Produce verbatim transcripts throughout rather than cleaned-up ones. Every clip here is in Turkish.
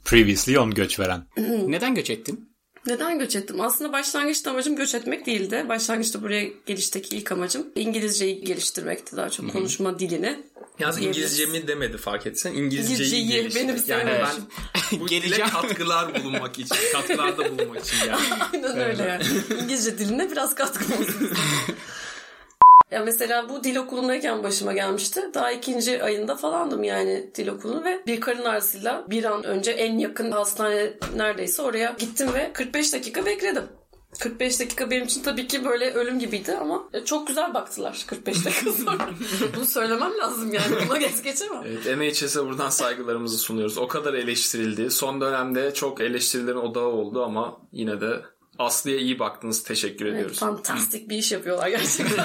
Previously on Göçveren. Neden göç ettin? Neden göç ettim? Aslında başlangıçta amacım göç etmek değildi. Başlangıçta buraya gelişteki ilk amacım İngilizceyi geliştirmekti. Daha çok konuşma dilini. Yalnız İngilizce mi demedi fark etsen. İngilizceyi, İngilizceyi geliştirmek. Yani ben bu dile katkılar bulunmak için, katkılarda bulunmak için yani. Aynen öyle yani. İngilizce diline biraz katkı olsun. Ya mesela bu dil okulundayken başıma gelmişti. Daha ikinci ayında falandım yani dil okulunu ve bir karın ağrısıyla bir an önce en yakın hastane neredeyse oraya gittim ve kırk beş dakika bekledim. kırk beş dakika benim için tabii ki böyle ölüm gibiydi ama çok güzel baktılar kırk beş dakika sonra. Bunu söylemem lazım yani. Buna geç geçemem. Evet, N H S'e buradan saygılarımızı sunuyoruz. O kadar eleştirildi. Son dönemde çok eleştirilerin odağı oldu ama yine de Aslı'ya iyi baktınız. Teşekkür evet, ediyoruz. Fantastik bir iş yapıyorlar gerçekten.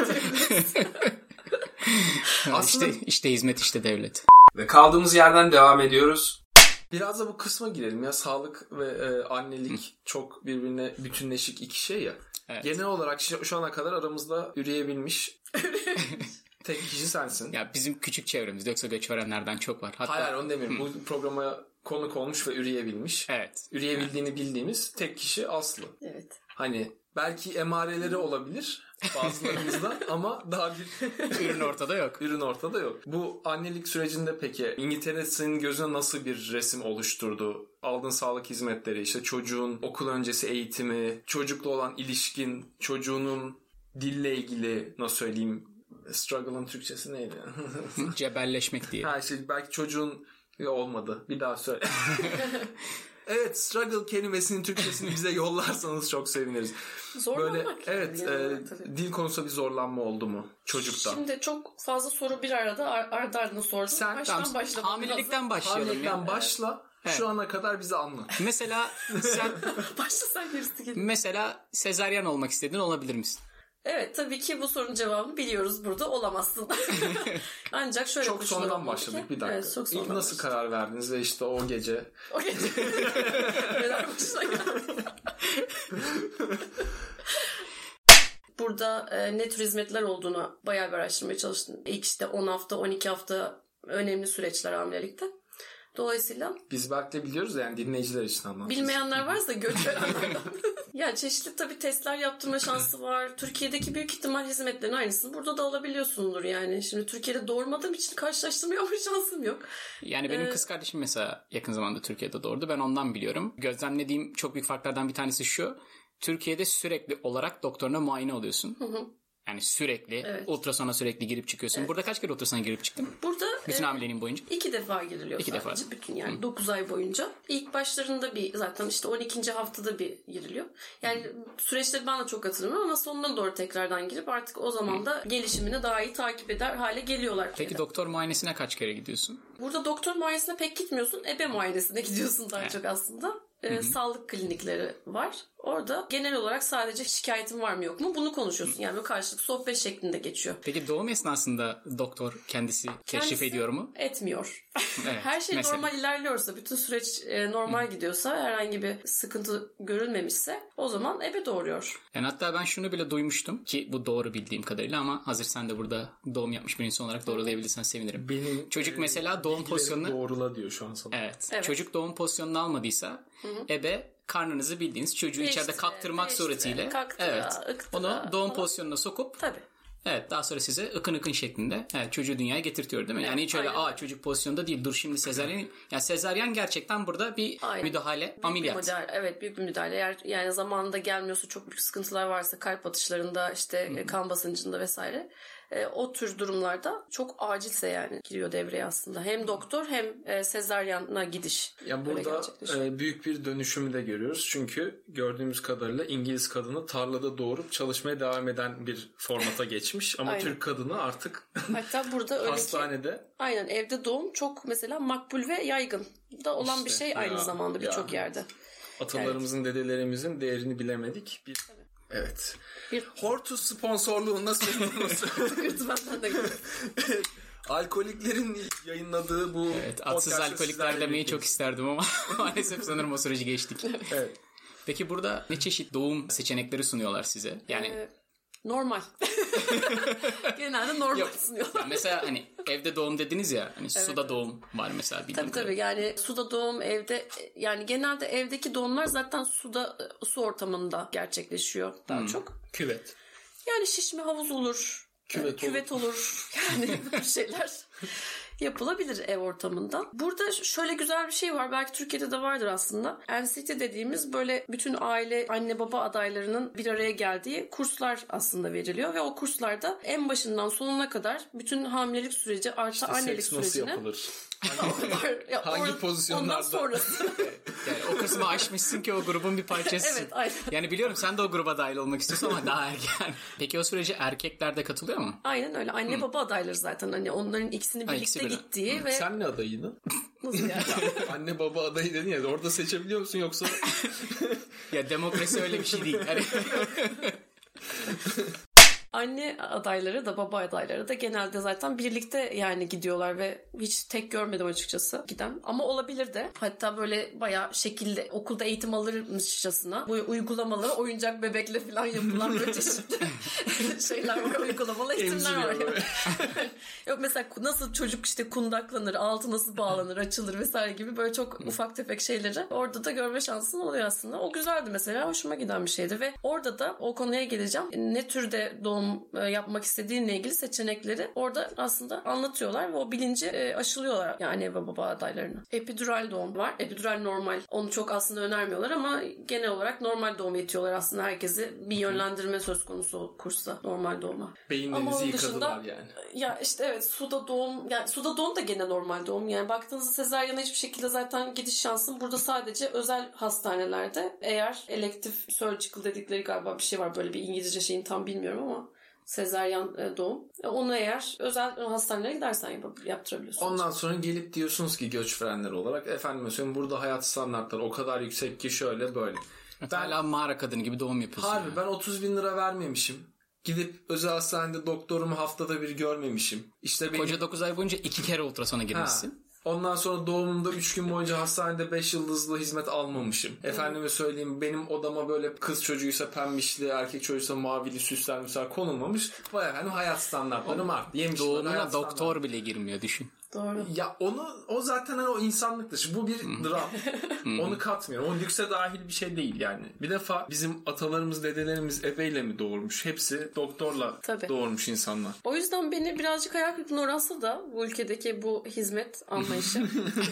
Aslında... İşte, işte hizmet, işte devlet. Ve kaldığımız yerden devam ediyoruz. Biraz da bu kısma girelim ya. Sağlık ve e, annelik Hı. çok birbirine bütünleşik iki şey ya. Evet. Genel olarak şu, şu ana kadar aramızda yürüyebilmiş tek kişi sensin. Ya bizim küçük çevremizde, yoksa göçverenlerden çok var. Hatta... Hayır, onu demiyorum. Bu programa konuk olmuş ve üreyebilmiş. Evet. Üreyebildiğini evet. bildiğimiz tek kişi Aslı. Evet. Hani belki emareleri olabilir bazılarımızda ama daha bir ürün ortada yok. Ürün ortada yok. Bu annelik sürecinde peki İngiltere senin gözüne nasıl bir resim oluşturdu? Aldığın sağlık hizmetleri, işte çocuğun okul öncesi eğitimi, çocukla olan ilişkin, çocuğunun dille ilgili nasıl söyleyeyim, struggle'ın Türkçesi neydi? Cebelleşmek diye. Ha işte belki çocuğun olmadı. Bir daha söyle. Evet, struggle kelimesinin Türkçesini bize yollarsanız çok seviniriz. Zorlanmak. Böyle, evet, e, dil konusunda bir zorlanma oldu mu çocukta? Şimdi çok fazla soru bir arada ardı ardına sordum. Sen Baştan tam, başla. Hamilelikten başlayalım. Hamilelikten ya. başla. Evet. Şu ana kadar bize anlat. Mesela sen başla sen gerisi gelin. Mesela sezaryen olmak istedin, olabilir misin? Evet, tabii ki bu sorunun cevabını biliyoruz burada. Olamazsın. Ancak şöyle çok sonradan başladık ki, bir dakika. Evet, İlk nasıl başladık. Karar verdiniz ve işte o gece. O gece. Neler başına geldi. Burada e, ne tür hizmetler olduğunu bayağı bir araştırmaya çalıştım. İlk işte on hafta on iki hafta önemli süreçler hamilelikte. Dolayısıyla biz belki de biliyoruz yani, dinleyiciler için anlatacağız. Bilmeyenler varsa göç verenlerden. Ya çeşitli tabii testler yaptırma şansı var. Türkiye'deki büyük ihtimal hizmetlerin aynısını burada da alabiliyorsundur yani. Şimdi Türkiye'de doğurmadığım için karşılaştırma yapma şansım yok. Yani benim ee, kız kardeşim mesela yakın zamanda Türkiye'de doğurdu. Ben ondan biliyorum. Gözlemlediğim çok büyük farklardan bir tanesi şu. Türkiye'de sürekli olarak doktoruna muayene oluyorsun. Hı hı. Yani sürekli evet. ultrasona sürekli girip çıkıyorsun. Evet. Burada kaç kere ultrasona girip çıktın? Burada bütün e, hamileliğin boyunca. İki defa giriliyor iki sadece. Defa. Bütün yani Hı. dokuz ay boyunca. İlk başlarında bir zaten işte on ikinci haftada bir giriliyor. Yani Hı. süreçleri ben de çok hatırlamıyorum ama sonuna doğru tekrardan girip artık o zaman da Hı. gelişimini daha iyi takip eder hale geliyorlar. Peki şeyden. Doktor muayenesine kaç kere gidiyorsun? Burada doktor muayenesine pek gitmiyorsun. Ebe muayenesine gidiyorsun daha evet. çok aslında. E, sağlık klinikleri var. Orada genel olarak sadece şikayetin var mı yok mu bunu konuşuyorsun. Yani böyle karşılıklı sohbet şeklinde geçiyor. Peki doğum esnasında doktor kendisi, kendisi teşrif ediyor mu? Etmiyor. Evet, her şey mesela. normal ilerliyorsa, bütün süreç e, normal Hı. gidiyorsa, herhangi bir sıkıntı görülmemişse o zaman ebe doğuruyor. Yani hatta ben şunu bile duymuştum ki bu doğru bildiğim kadarıyla ama hazır sen de burada doğum yapmış bir insan olarak doğrulayabilirsen sevinirim. Benim çocuk e, mesela doğum pozisyonunu doğrula diyor şu an sana. Evet. evet. Çocuk doğum pozisyonunu almadıysa Hı hı. ebe karnınızı bildiğiniz çocuğu değiştire, içeride kaktırmak değiştire, suretiyle kaktıra, evet, ıktıra, onu doğum falan. Pozisyonuna sokup Tabii. Evet, daha sonra size ıkın ıkın şeklinde evet, çocuğu dünyaya getirtiyor değil mi? Evet, yani hiç öyle aa çocuk pozisyonda değil, dur şimdi sezaryen. Yani sezaryen gerçekten burada bir aynen. müdahale, büyük ameliyat. Bir müdahale, evet, büyük bir müdahale. Eğer yani zamanında gelmiyorsa, çok büyük sıkıntılar varsa, kalp atışlarında, işte Hı-hı. kan basıncında vesaire. E, o tür durumlarda çok acilse yani giriyor devreye aslında. Hem doktor hem e, sezaryana gidiş. Ya burada e, büyük bir dönüşümü de görüyoruz. Çünkü gördüğümüz kadarıyla İngiliz kadını tarlada doğurup çalışmaya devam eden bir formata geçmiş. Ama aynen. Türk kadını artık hatta burada öyle hastanede. Ki, aynen evde doğum çok mesela makbul ve yaygın da olan işte, bir şey aynı ya, zamanda birçok yerde. Atalarımızın, evet. dedelerimizin değerini bilemedik. Bir evet. Evet. Bir... Hortus sponsorluğunda sunulması. Alkoliklerin yayınladığı bu evet, atsız alkolikler demeyi çok isterdim ama maalesef sanırım o süreci geçtik. Evet. Peki burada ne çeşit doğum seçenekleri sunuyorlar size? Yani ee, Normal. Genelde normal Yok. sunuyorlar. Ya mesela hani evde doğum dediniz ya. Hani evet. Suda doğum var mesela. Tabii tabii yani suda doğum evde yani genelde evdeki doğumlar zaten suda su ortamında gerçekleşiyor daha hmm. çok. Küvet. Yani şişme havuz olur. Küvet, küvet olur. olur. Yani bu şeyler yapılabilir ev ortamında. Burada şöyle güzel bir şey var. Belki Türkiye'de de vardır aslında. N C T dediğimiz böyle bütün aile, anne baba adaylarının bir araya geldiği kurslar aslında veriliyor. Ve o kurslarda en başından sonuna kadar bütün hamilelik süreci artı işte annelik sürecini... İşte seks nasıl yapılır? ya hangi or- pozisyonlarda? Ondan sonrası. Yani o kısmı aşmışsın ki o grubun bir parçasısın. Evet, aynen. Yani biliyorum sen de o gruba dahil olmak istiyorsun ama daha erken. Peki o sürece erkekler de katılıyor mu? Aynen öyle. Anne hmm. baba adayları zaten. Hani onların ikisini birlikte ikisi gittiği hmm. ve... Sen ne adayını? Nasıl yani? Anne baba adayı dedin ya. Orada seçebiliyor musun yoksa? Ya demokrasi öyle bir şey değil. Yani... Anne adayları da baba adayları da genelde zaten birlikte yani gidiyorlar ve hiç tek görmedim açıkçası giden. Ama olabilir de. Hatta böyle bayağı şekilde okulda eğitim alırmışçasına bu uygulamalı oyuncak bebekle falan yapılan böyle çeşitli şeyler var. Uygulamalı eğitimler var. Yani. Yok mesela nasıl çocuk işte kundaklanır, altı nasıl bağlanır, açılır vesaire gibi böyle çok ufak tefek şeyleri orada da görme şansın oluyor aslında. O güzeldi mesela. Hoşuma giden bir şeydi ve orada da o konuya geleceğim. Ne türde doğum yapmak istediğinle ilgili seçenekleri orada aslında anlatıyorlar ve o bilinci aşılıyorlar yani anne ve baba adaylarına. Epidural doğum var. Epidural normal. Onu çok aslında önermiyorlar ama genel olarak normal doğum yetiyorlar aslında herkesi. Bir yönlendirme söz konusu o kursta normal doğuma. Beyinlerinizi yıkadılar yani. Ya işte evet suda doğum yani suda doğum da gene normal doğum. Yani baktığınızda sezaryana hiçbir şekilde zaten gidiş şansın burada sadece özel hastanelerde eğer elektif surgical dedikleri galiba bir şey var. Böyle bir İngilizce şeyini tam bilmiyorum ama sezaryen doğum. Onu eğer özel hastanelere gidersen yap- yaptırabiliyorsun. Ondan sonra gelip diyorsunuz ki göçverenler olarak efendim mesela burada hayat standartları o kadar yüksek ki şöyle böyle. Ben hala mağara kadını gibi doğum yapıyorsun. Harbi yani. Ben otuz bin lira vermemişim. Gidip özel hastanede doktorumu haftada bir görmemişim. İşte benim... Koca dokuz ay boyunca iki kere ultrasona girmişsin. Ha. Ondan sonra doğumumda üç gün boyunca hastanede beş yıldızlı hizmet almamışım. Hmm. Efendime söyleyeyim benim odama böyle kız çocuğuysa pembişli, erkek çocuğuysa mavili süsler mesela konulmamış. Vay efendim hayat standartlarım arttı. Doğumuna doktor bile girmiyor düşün. Doğru. Ya onu o zaten hani o insanlık dışı. Bu bir dram. Onu katmıyorum. O lükse dahil bir şey değil yani. Bir defa bizim atalarımız, dedelerimiz ebeyle mi doğurmuş? Hepsi doktorla Tabii. doğurmuş insanlar. O yüzden beni birazcık hayal kırıklığına uğratsa da bu ülkedeki bu hizmet anlayışı.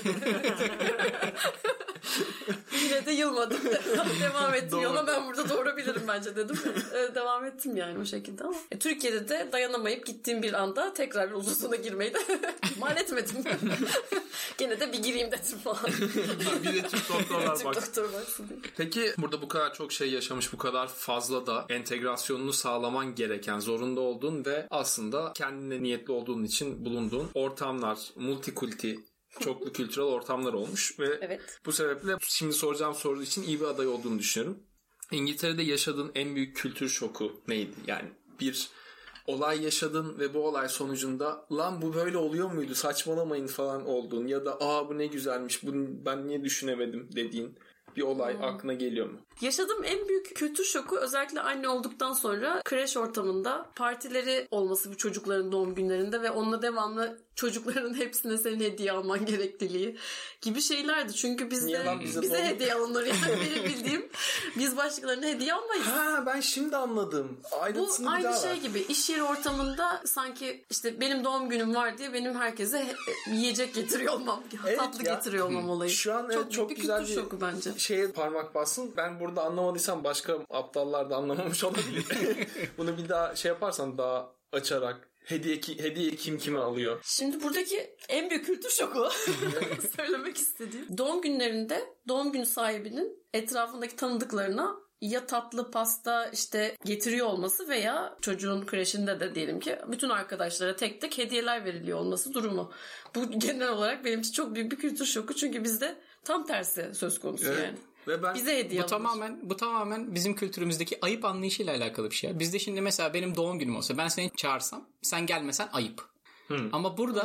Yine de yılmadım. Devam ettim yola ben burada doğurabilirim bence dedim. Devam ettim yani o şekilde ama. E, Türkiye'de de dayanamayıp gittiğim bir anda tekrar uzasına girmeyi de mal etmedim. Gene de bir gireyim dedim falan. Bir de Türk doktorlar Türk bak. doktor baksın diye. Peki burada bu kadar çok şey yaşamış, bu kadar fazla da entegrasyonunu sağlaman gereken, zorunda olduğun ve aslında kendine niyetli olduğun için bulunduğun ortamlar, multikulti, çoklu kültürel ortamlar olmuş ve evet. Bu sebeple şimdi soracağım soru için iyi bir aday olduğunu düşünüyorum. İngiltere'de yaşadığın en büyük kültür şoku neydi? Yani bir olay yaşadın ve bu olay sonucunda lan bu böyle oluyor muydu saçmalamayın falan olduğun ya da aa bu ne güzelmiş bunu ben niye düşünemedim dediğin bir olay hmm. aklına geliyor mu? Yaşadığım en büyük kültür şoku özellikle anne olduktan sonra kreş ortamında partileri olması bu çocukların doğum günlerinde ve onunla devamlı çocukların hepsine senin hediye alman gerekliliği gibi şeylerdi. Çünkü bizde bize, bize hediye alınır. Yani benim bildiğim biz başkalarına hediye almayız. Ha ben şimdi anladım. Aynısını bu bir aynı daha şey var. gibi iş yeri ortamında sanki işte benim doğum günüm var diye benim herkese yiyecek getiriyor olmam, evet tatlı ya. getiriyor olmam olayı. Şu an çok, çok bir güzel kültür şoku bence. Şeye parmak bassın. Ben burada anlamadıysam başka aptallar da anlamamış olabilir. Bunu bir daha şey yaparsan daha açarak hediye hediye kim kime alıyor? Şimdi buradaki en büyük kültür şoku söylemek istediğim. Doğum günlerinde doğum günü sahibinin etrafındaki tanıdıklarına ya tatlı pasta işte getiriyor olması veya çocuğun kreşinde de diyelim ki bütün arkadaşlara tek tek hediyeler veriliyor olması durumu. Bu genel olarak benim için çok büyük bir kültür şoku çünkü bizde tam tersi söz konusu evet. yani. Ve ben, bize hediye bu alınır. tamamen bu tamamen bizim kültürümüzdeki ayıp anlayışıyla alakalı bir şey. Bizde şimdi mesela benim doğum günüm olsa ben seni çağırsam sen gelmesen ayıp. Hmm. Ama burada hmm.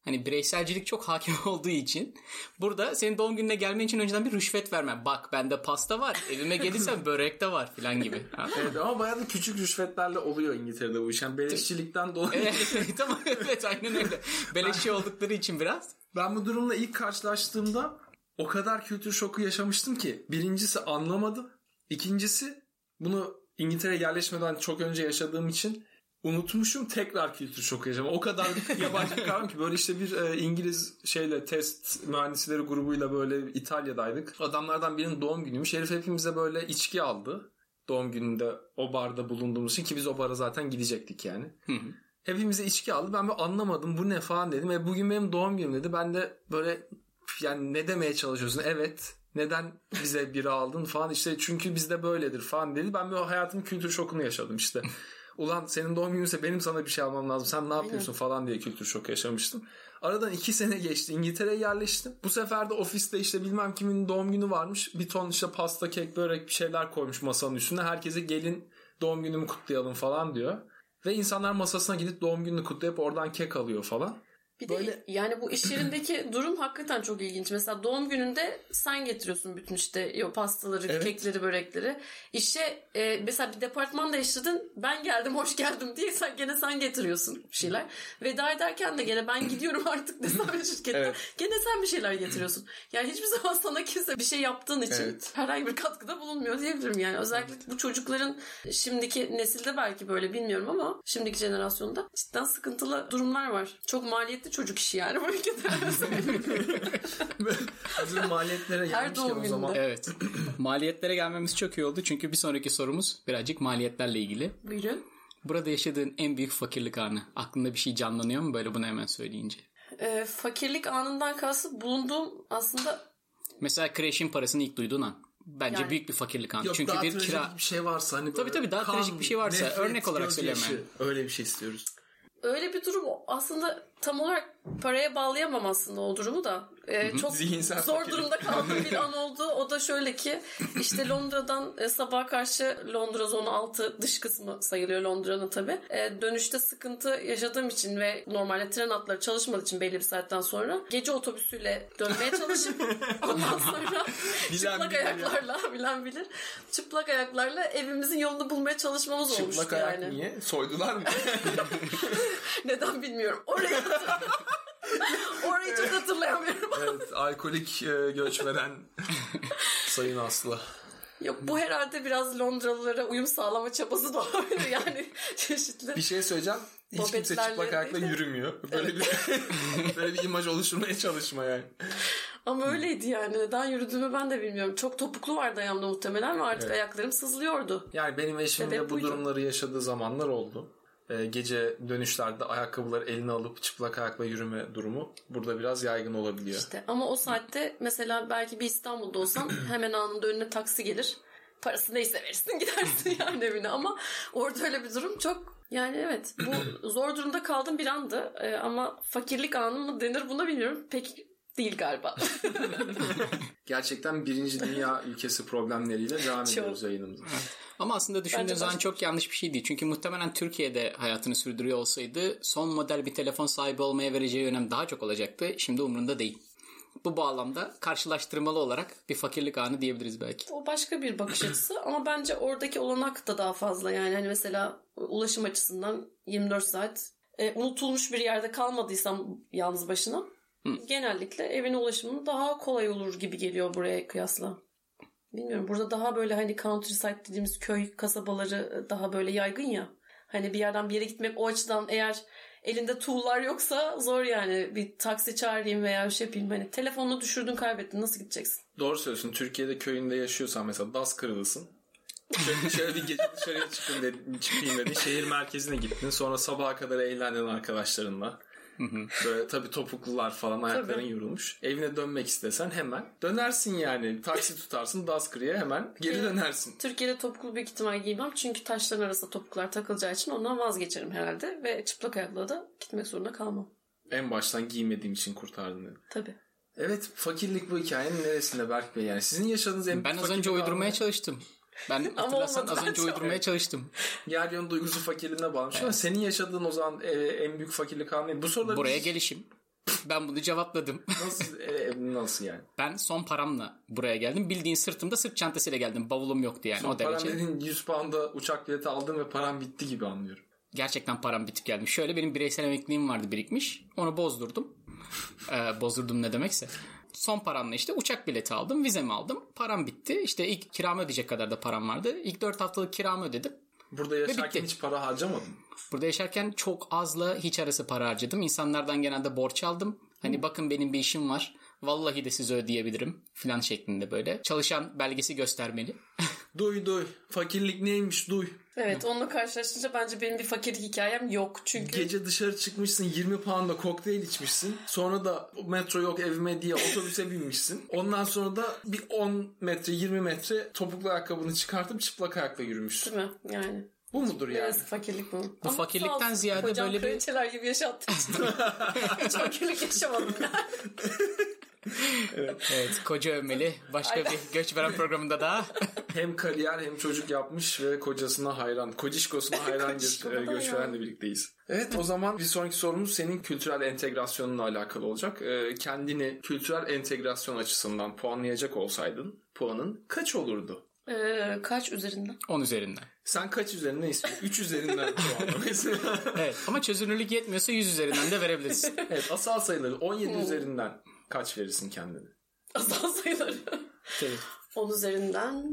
hani bireyselcilik çok hakim olduğu için burada senin doğum gününe gelmen için önceden bir rüşvet vermem. Bak bende pasta var, evime gelirsen börek de var falan gibi. Evet, ama bayağı da küçük rüşvetlerle oluyor İngiltere'de bu iş. Yani beleşçilikten dolayı. Evet, tamam, evet, aynen öyle. Beleşçi oldukları için biraz. Ben bu durumla ilk karşılaştığımda o kadar kültür şoku yaşamıştım ki. Birincisi anlamadım. İkincisi bunu İngiltere'ye yerleşmeden çok önce yaşadığım için unutmuşum, tekrar kültür şoku yaşadım. O kadar yabancı kaldım ki böyle işte bir e, İngiliz şeyle test mühendisleri grubuyla böyle İtalya'daydık. Adamlardan birinin doğum günüymüş. Herif hepimize böyle içki aldı. Doğum gününde o barda bulunduğumuz için, ki biz o bara zaten gidecektik yani. Hı hı. Hepimize içki aldı. Ben böyle anlamadım, bu ne falan dedim. E bugün benim doğum günüm dedi. Ben de böyle yani ne demeye çalışıyorsun? Evet. Neden bize bira aldın falan, işte çünkü bizde böyledir falan dedi. Ben böyle hayatımın kültür şokunu yaşadım işte. Ulan senin doğum gününse benim sana bir şey almam lazım. Sen ne yapıyorsun falan diye kültür şoku yaşamıştım. Aradan iki sene geçti. İngiltere'ye yerleştim. Bu sefer de ofiste işte bilmem kimin doğum günü varmış. Bir ton işte pasta, kek, börek bir şeyler koymuş masanın üstüne. Herkese gelin doğum günümü kutlayalım falan diyor. Ve insanlar masasına gidip doğum gününü kutlayıp oradan kek alıyor falan. Bir böyle... de yani bu iş yerindeki durum hakikaten çok ilginç. Mesela doğum gününde sen getiriyorsun bütün işte yo, pastaları, evet, kekleri, börekleri. İşe e, mesela bir departman değiştirdin. Ben geldim, hoş geldim diye sen gene sen getiriyorsun bir şeyler. Veda ederken de gene ben gidiyorum artık desem şirketten. Evet. Gene sen bir şeyler getiriyorsun. Yani hiçbir zaman sana kimse bir şey yaptığın için evet, herhangi bir katkıda bulunmuyor diyebilirim yani. Özellikle evet, bu çocukların şimdiki nesilde belki böyle bilmiyorum ama şimdiki jenerasyonda cidden sıkıntılı durumlar var. Çok maliyetli çocuk işi yani bu ülkede. Hazır maliyetlere gelmişken o zaman. Evet. Maliyetlere gelmemiz çok iyi oldu. Çünkü bir sonraki sorumuz birazcık maliyetlerle ilgili. Buyurun. Burada yaşadığın en büyük fakirlik anı. Aklında bir şey canlanıyor mu böyle bunu hemen söyleyince? E, fakirlik anından kastım bulunduğum aslında... Mesela kreşin parasını ilk duyduğun an. Bence yani, büyük bir fakirlik anı. Yok, çünkü daha bir kira bir şey varsa hani böyle tabii tabii daha kan, trajik bir şey varsa nefret, örnek olarak söyleyeyim ben. Öyle bir şey istiyoruz. Öyle bir durum aslında tam olarak paraya bağlayamam aslında o durumu da. Ee, çok zihinsel zor fakir durumda kaldığım bir an oldu. O da şöyle ki işte Londra'dan e, sabaha karşı, Londra zonu altı dış kısmı sayılıyor Londra'nın tabii. E, dönüşte sıkıntı yaşadığım için ve normalde tren hatları çalışmadığı için belli bir saatten sonra gece otobüsüyle dönmeye çalışıp ondan sonra çıplak ayaklarla ya. bilen bilir. Çıplak ayaklarla evimizin yolunu bulmaya çalışmamız çıplak olmuştu yani. Çıplak ayak niye? Soydular mı? Neden bilmiyorum. Oraya Orayı çok hatırlayamıyorum. Evet, alkolik e, göçmeden Sayın Aslı. Yok, bu herhalde biraz Londralılara uyum sağlama çabası da olabilir yani çeşitli. Bir şey söyleyeceğim. Hiç kimse çıplak ayakla yürümüyor. Böyle evet. bir böyle bir imaj oluşturmaya çalışma yani. Ama öyleydi yani. Neden yürüdüğümü ben de bilmiyorum. Çok topuklu vardı ayağımda muhtemelen ve artık evet, ayaklarım sızlıyordu. Yani benim eşim de bu buydu. durumları yaşadığı zamanlar oldu. Gece dönüşlerde ayakkabıları eline alıp çıplak ayakla yürüme durumu burada biraz yaygın olabiliyor. İşte ama o saatte mesela belki bir İstanbul'da olsan hemen anında önüne taksi gelir. Parası neyse verirsin gidersin yani evine, ama orada öyle bir durum çok, yani evet, bu zor durumda kaldığım bir andı ama fakirlik anı mı denir buna bilmiyorum. Pek değil galiba. Gerçekten birinci dünya ülkesi problemleriyle devam ediyoruz yayınımıza. Ama aslında düşündüğün zaman çok yanlış bir şey değil. Çünkü muhtemelen Türkiye'de hayatını sürdürüyor olsaydı son model bir telefon sahibi olmaya vereceği önem daha çok olacaktı. Şimdi umurunda değil. Bu bağlamda karşılaştırmalı olarak bir fakirlik anı diyebiliriz belki. O başka bir bakış açısı ama bence oradaki olanak da daha fazla. Yani hani mesela ulaşım açısından yirmi dört saat e, unutulmuş bir yerde kalmadıysam yalnız başına Hı. genellikle evine ulaşımım daha kolay olur gibi geliyor buraya kıyasla. Bilmiyorum, burada daha böyle hani countryside dediğimiz köy kasabaları daha böyle yaygın ya. Hani bir yerden bir yere gitmek o açıdan, eğer elinde tool'lar yoksa zor yani. Bir taksi çağırayım veya bir şey yapayım. Hani telefonunu düşürdün, kaybettin, nasıl gideceksin? Doğru söylüyorsun. Türkiye'de köyünde yaşıyorsan mesela D A S kırılısın. Şöyle, şöyle bir gece dışarıya çıkın dedin, çıkayım dedin. Şehir merkezine gittin. Sonra sabaha kadar eğlendin arkadaşlarınla. Hı hı. Böyle tabii topuklular falan, ayakların tabii yorulmuş. Evine dönmek istesen hemen dönersin yani. Taksi tutarsın, Daskırı'ya hemen geri dönersin. Türkiye'de topuklu büyük ihtimal giymem. Çünkü taşların arasında topuklar takılacağı için ondan vazgeçerim herhalde. Ve çıplak ayakla da gitmek zorunda kalmam. En baştan giymediğim için kurtardın dedim. Tabii. Evet, fakirlik bu hikayenin neresinde Berk Bey yani? Sizin yaşadığınız en Ben az önce uydurmaya çalıştım. Ben hatırlarsan az önce uydurmaya evet. çalıştım. Geryon duygusu fakirliğine bağlamış evet. ama senin yaşadığın o zaman e, en büyük fakirlik anı bu soruları buraya biz... gelişim. Ben bunu cevapladım. Nasıl, e, nasıl yani? Ben son paramla buraya geldim. Bildiğin sırtımda sırt çantasıyla geldim. Bavulum yoktu yani. Son o derece. param dediğin yüz pound'a uçak bileti aldım ve param bitti gibi anlıyorum. Gerçekten param bitip geldim. Şöyle benim bireysel emekliliğim vardı birikmiş. Onu bozdurdum. Ee, bozdurdum ne demekse. Son paramla işte uçak bileti aldım. Vizemi aldım. Param bitti. İşte ilk kiramı ödeyecek kadar da param vardı. İlk dört haftalık kiramı ödedim. Burada yaşarken hiç para harcamadın. Burada yaşarken çok azla hiç arası para harcadım. İnsanlardan genelde borç aldım. Hani bakın benim bir işim var. Vallahi de size ödeyebilirim filan şeklinde böyle. Çalışan belgesi göstermeli. Duy duy. Fakirlik neymiş duy. Evet, onunla karşılaştırınca bence benim bir fakirlik hikayem yok. Çünkü gece dışarı çıkmışsın, yirmi pound'a kokteyl içmişsin. Sonra da metro yok evime diye otobüse binmişsin. Ondan sonra da bir on metre yirmi metre topuklu ayakkabını çıkartıp çıplak ayakla yürümüşsün. Değil mi? Yani. Bu mudur yani? Neresi fakirlik bu? Bu Ama fakirlikten olsun, ziyade kocam böyle bir... kraliçeler gibi yaşattığı için hiç fakirlik yaşamadım. Evet. Evet, koca övmeli. Başka Aynen. bir göç veren programında daha. Hem kariyer hem çocuk yapmış ve kocasına hayran. Kocişkosuna hayran göç, Kocişko'da göç ya. verenle birlikteyiz. Evet, o zaman bir sonraki sorumuz senin kültürel entegrasyonunla alakalı olacak. Ee, kendini kültürel entegrasyon açısından puanlayacak olsaydın puanın kaç olurdu? Ee, kaç üzerinden? on üzerinden. Sen kaç üzerinden istiyorsun? üç üzerinden puanla mesela. Evet, ama çözünürlük yetmiyorsa yüz üzerinden de verebilirsin. Evet, asal sayıları on yedi üzerinden kaç verirsin kendine? Asal sayıları. Tabii. on üzerinden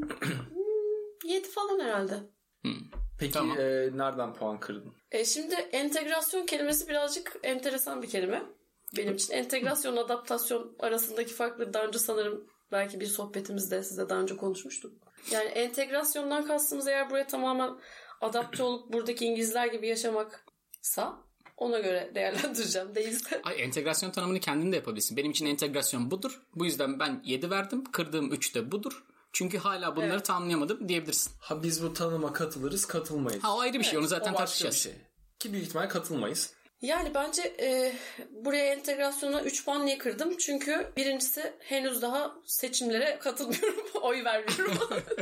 yedi falan herhalde. Peki Tamam. e, nereden puan kırdın? E şimdi entegrasyon kelimesi birazcık enteresan bir kelime. Benim için entegrasyon, adaptasyon arasındaki farkları daha önce sanırım belki bir sohbetimizde size daha önce konuşmuştuk. Yani entegrasyondan kastımız eğer buraya tamamen adapte olup buradaki İngilizler gibi yaşamaksa ona göre değerlendireceğim. Değilse... Ay, entegrasyon tanımını kendin de yapabilirsin. Benim için entegrasyon budur. Bu yüzden ben yedi verdim. Kırdığım üç de budur. Çünkü hala bunları Evet. tamamlayamadım diyebilirsin. Ha biz bu tanıma katılırız, katılmayız. Ha o ayrı bir şey. Onu zaten O başka tartışacağız. bir şey. Ki büyük ihtimal katılmayız. Yani bence e, buraya entegrasyona üç puan niye kırdım? Çünkü birincisi henüz daha seçimlere katılmıyorum. Oy vermiyorum.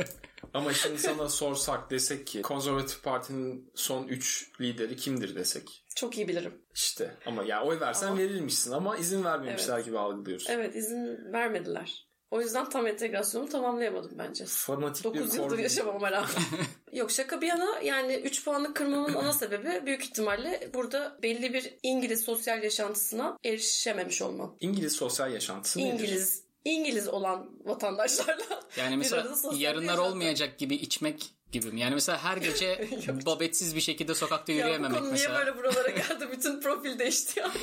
Ama şimdi sana sorsak desek ki Konservatif Parti'nin son üç lideri kimdir desek. Çok iyi bilirim. İşte ama ya oy versen Ama- verirmişsin ama izin vermemişler Evet. gibi algılıyoruz. Evet, izin vermediler. O yüzden tam entegrasyonu tamamlayamadım bence. Fanatik bir dokuz yıldır form. yaşamama rağmen. Yok, şaka bir yana, yani üç puanlık kırmamın ana sebebi büyük ihtimalle burada belli bir İngiliz sosyal yaşantısına erişememiş olmam. İngiliz sosyal yaşantısı nedir? İngiliz İngiliz olan vatandaşlarla Yani bir mesela arada sosyal yarınlar yaşantı. olmayacak gibi içmek gibi mi? Yani mesela her gece babetsiz bir şekilde sokakta Ya bu yürüyememek konu mesela. niye böyle buralara geldi? Bütün profil değişti ya.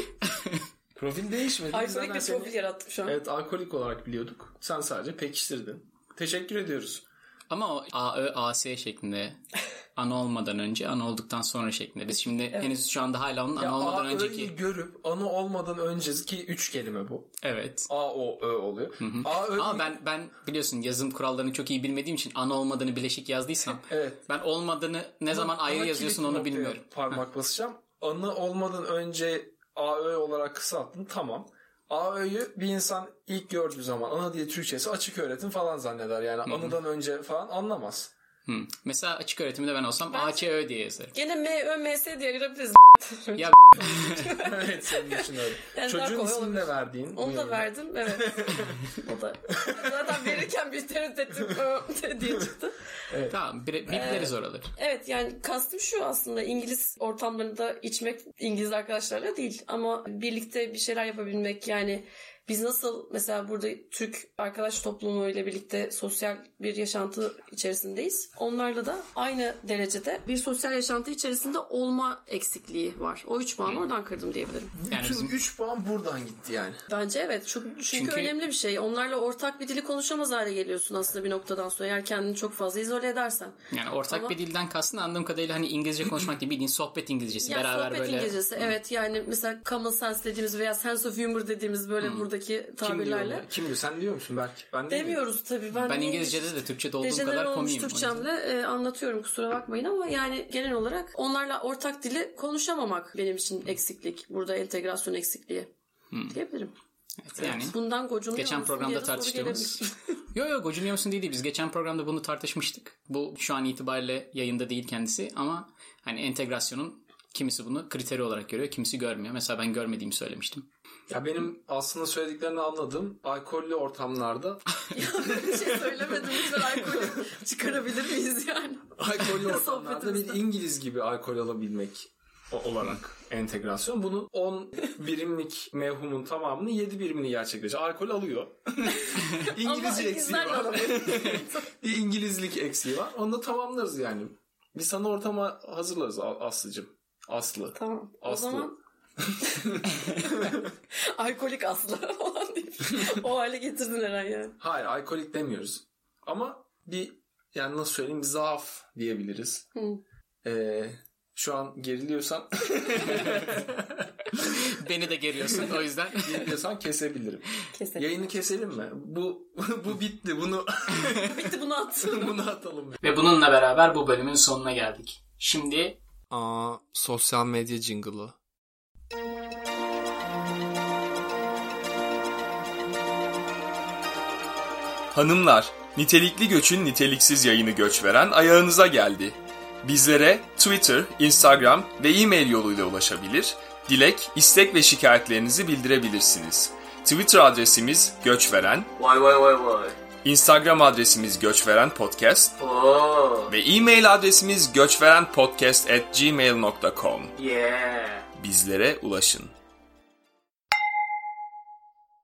Profil değişmedi. Biz Alkolik zaten bir seni- profil yarattım şu an. Evet, alkolik olarak biliyorduk. Sen sadece pekiştirdin. Teşekkür ediyoruz. Ama o A, Ö, A, S şeklinde ana olmadan önce, ana olduktan sonra şeklinde. Biz şimdi henüz şu anda hala onun ana Ya olmadan A, önceki. Ö'yü görüp ana olmadan önceki üç kelime bu. Evet. A, O, Ö oluyor. A, Ö, Ama ben ben biliyorsun yazım kurallarını çok iyi bilmediğim için ana olmadığını bileşik yazdıysam Evet. ben olmadığını ne zaman ayrı Ana yazıyorsun kilit onu noktaya bilmiyorum. Parmak basacağım. Ana olmadan önce A, Ö olarak kısalttın, tamam. A, Ö'yü bir insan ilk gördüğü zaman ana diye Türkçesi açık öğretim falan zanneder. Yani anıdan önce falan anlamaz. Hı. Mesela açık öğretimde ben olsam A, Ç, Ö diye yazarım. Gene M, Ö, M, S diye ayırabiliriz. Ya Evet, senin için öyle. Yani daha Çocuğun kolay ismini olabilir. de verdiğin. Onu bu da yayında. verdim, evet. O da zaten verirken bir tereddüt ettim "Ö" diye çıktı. tamam bir, biliriz oraları. Evet, yani kastım şu aslında, İngiliz ortamlarında içmek İngiliz arkadaşlarla değil ama birlikte bir şeyler yapabilmek, yani biz nasıl mesela burada Türk arkadaş toplumuyla birlikte sosyal bir yaşantı içerisindeyiz. Onlarla da aynı derecede bir sosyal yaşantı içerisinde olma eksikliği var. O üç puanı oradan kırdım diyebilirim. Yani Bütün bizim üç puan buradan gitti yani. Bence evet. Çünkü, çünkü, Çünkü- önemli bir şey. Onlarla ortak bir dili konuşamaz hale geliyorsun aslında bir noktadan sonra. Eğer kendini çok fazla izole edersen. yani ortak Ama- bir dilden kastın anladığım kadarıyla hani İngilizce konuşmak değil, bildiğin sohbet İngilizcesi. Ya Beraber sohbet böyle. İngilizcesi, evet, yani mesela common sense dediğimiz veya sense of humor dediğimiz böyle buradaki Kim diyor tabirlerle. bunu? Kim diyor? Sen diyor musun belki? Ben Demiyoruz tabii. Ben, Ben İngilizce'de de Türkçe'de olduğum Dejenere kadar olmuş komiyim. Türkçemle e, anlatıyorum, kusura bakmayın, ama yani genel olarak onlarla ortak dili konuşamamak benim için eksiklik. Burada entegrasyon eksikliği diyebilirim. Evet, yani Bundan gocunuyor geçen musun programda diye de soru tartıştığımız. gelebilir. Yo yo gocunuyor musun değil, değil. Biz geçen programda bunu tartışmıştık. Bu şu an itibariyle yayında değil kendisi ama hani entegrasyonun Kimisi bunu kriteri olarak görüyor, kimisi görmüyor. Mesela ben görmediğimi söylemiştim. Ya benim aslında söylediklerini anladım. Alkollü ortamlarda... Ya bir şey söylemedim. Lütfen alkolü çıkarabilir miyiz yani? Alkollü ortamlarda bir İngiliz gibi alkol alabilmek olarak entegrasyon. Bunu on birimlik mevhumun tamamını yedi birimini gerçekleşiyor. Alkol alıyor. İngilizce eksiği var. Bir İngilizlik eksiği var. Onu da tamamlarız yani. Biz sana ortama hazırlarız Aslı'cığım. Aslı. Tamam. Aslı. O zaman alkolik Aslı falan deyip o hale getirdin herhalde yani. Hayır, alkolik demiyoruz. Ama bir, yani nasıl söyleyeyim, bir zaaf diyebiliriz. Hı. Ee, şu an geriliyorsan beni de geriyorsun o yüzden. geriliyorsan kesebilirim. Keselim. Yayını keselim mi? Bu bu bitti. Bunu bitti, bunu at. bunu atalım. Ve bununla beraber bu bölümün sonuna geldik. Şimdi Aa, sosyal medya jingle'ı. Hanımlar, nitelikli göçün niteliksiz yayını göç veren ayağınıza geldi. Bizlere Twitter, Instagram ve e-mail yoluyla ulaşabilir, dilek, istek ve şikayetlerinizi bildirebilirsiniz. Twitter adresimiz göçveren, vay vay vay vay. Instagram adresimiz göçveren podcast Oo. ve e-mail adresimiz göçverenpodcast at gmail nokta com. Yeah. Bizlere ulaşın.